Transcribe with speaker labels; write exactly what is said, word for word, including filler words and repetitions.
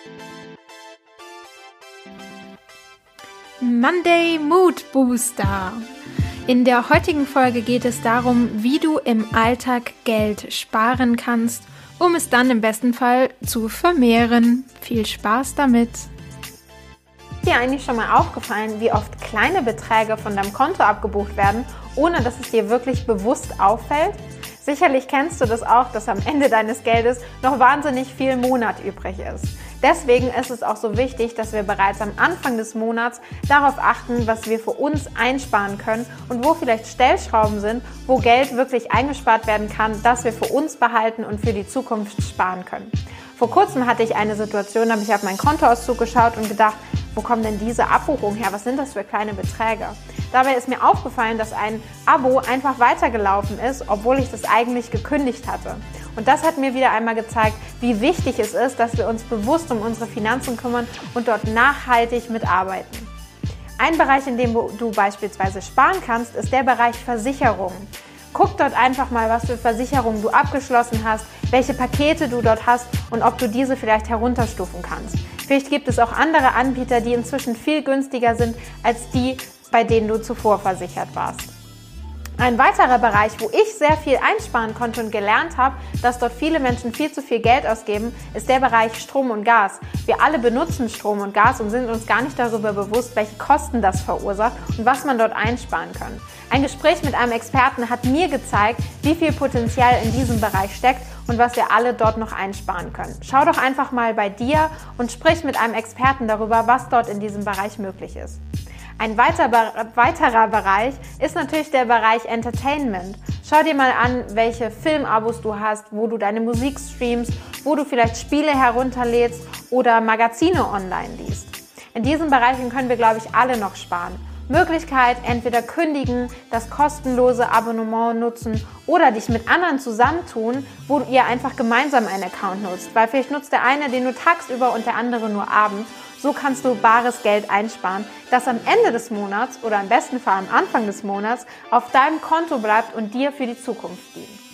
Speaker 1: Monday Mood Booster. In der heutigen Folge geht es darum, wie du im Alltag Geld sparen kannst, um es dann im besten Fall zu vermehren. Viel Spaß damit!
Speaker 2: Ist dir eigentlich schon mal aufgefallen, wie oft kleine Beträge von deinem Konto abgebucht werden, ohne dass es dir wirklich bewusst auffällt? Sicherlich kennst du das auch, dass am Ende deines Geldes noch wahnsinnig viel Monat übrig ist. Deswegen ist es auch so wichtig, dass wir bereits am Anfang des Monats darauf achten, was wir für uns einsparen können und wo vielleicht Stellschrauben sind, wo Geld wirklich eingespart werden kann, das wir für uns behalten und für die Zukunft sparen können. Vor kurzem hatte ich eine Situation, da habe ich auf meinen Kontoauszug geschaut und gedacht, wo kommen denn diese Abbuchungen her? Was sind das für kleine Beträge? Dabei ist mir aufgefallen, dass ein Abo einfach weitergelaufen ist, obwohl ich das eigentlich gekündigt hatte. Und das hat mir wieder einmal gezeigt, wie wichtig es ist, dass wir uns bewusst um unsere Finanzen kümmern und dort nachhaltig mitarbeiten. Ein Bereich, in dem du beispielsweise sparen kannst, ist der Bereich Versicherungen. Guck dort einfach mal, was für Versicherungen du abgeschlossen hast, welche Pakete du dort hast und ob du diese vielleicht herunterstufen kannst. Vielleicht gibt es auch andere Anbieter, die inzwischen viel günstiger sind als die, bei denen du zuvor versichert warst. Ein weiterer Bereich, wo ich sehr viel einsparen konnte und gelernt habe, dass dort viele Menschen viel zu viel Geld ausgeben, ist der Bereich Strom und Gas. Wir alle benutzen Strom und Gas und sind uns gar nicht darüber bewusst, welche Kosten das verursacht und was man dort einsparen kann. Ein Gespräch mit einem Experten hat mir gezeigt, wie viel Potenzial in diesem Bereich steckt und was wir alle dort noch einsparen können. Schau doch einfach mal bei dir und sprich mit einem Experten darüber, was dort in diesem Bereich möglich ist. Ein weiter, weiterer Bereich ist natürlich der Bereich Entertainment. Schau dir mal an, welche Filmabos du hast, wo du deine Musik streamst, wo du vielleicht Spiele herunterlädst oder Magazine online liest. In diesen Bereichen können wir, glaube ich, alle noch sparen. Möglichkeit, entweder kündigen, das kostenlose Abonnement nutzen oder dich mit anderen zusammentun, wo ihr einfach gemeinsam einen Account nutzt. Weil vielleicht nutzt der eine den nur tagsüber und der andere nur abends. So kannst du bares Geld einsparen, das am Ende des Monats oder im besten Fall am Anfang des Monats auf deinem Konto bleibt und dir für die Zukunft dient.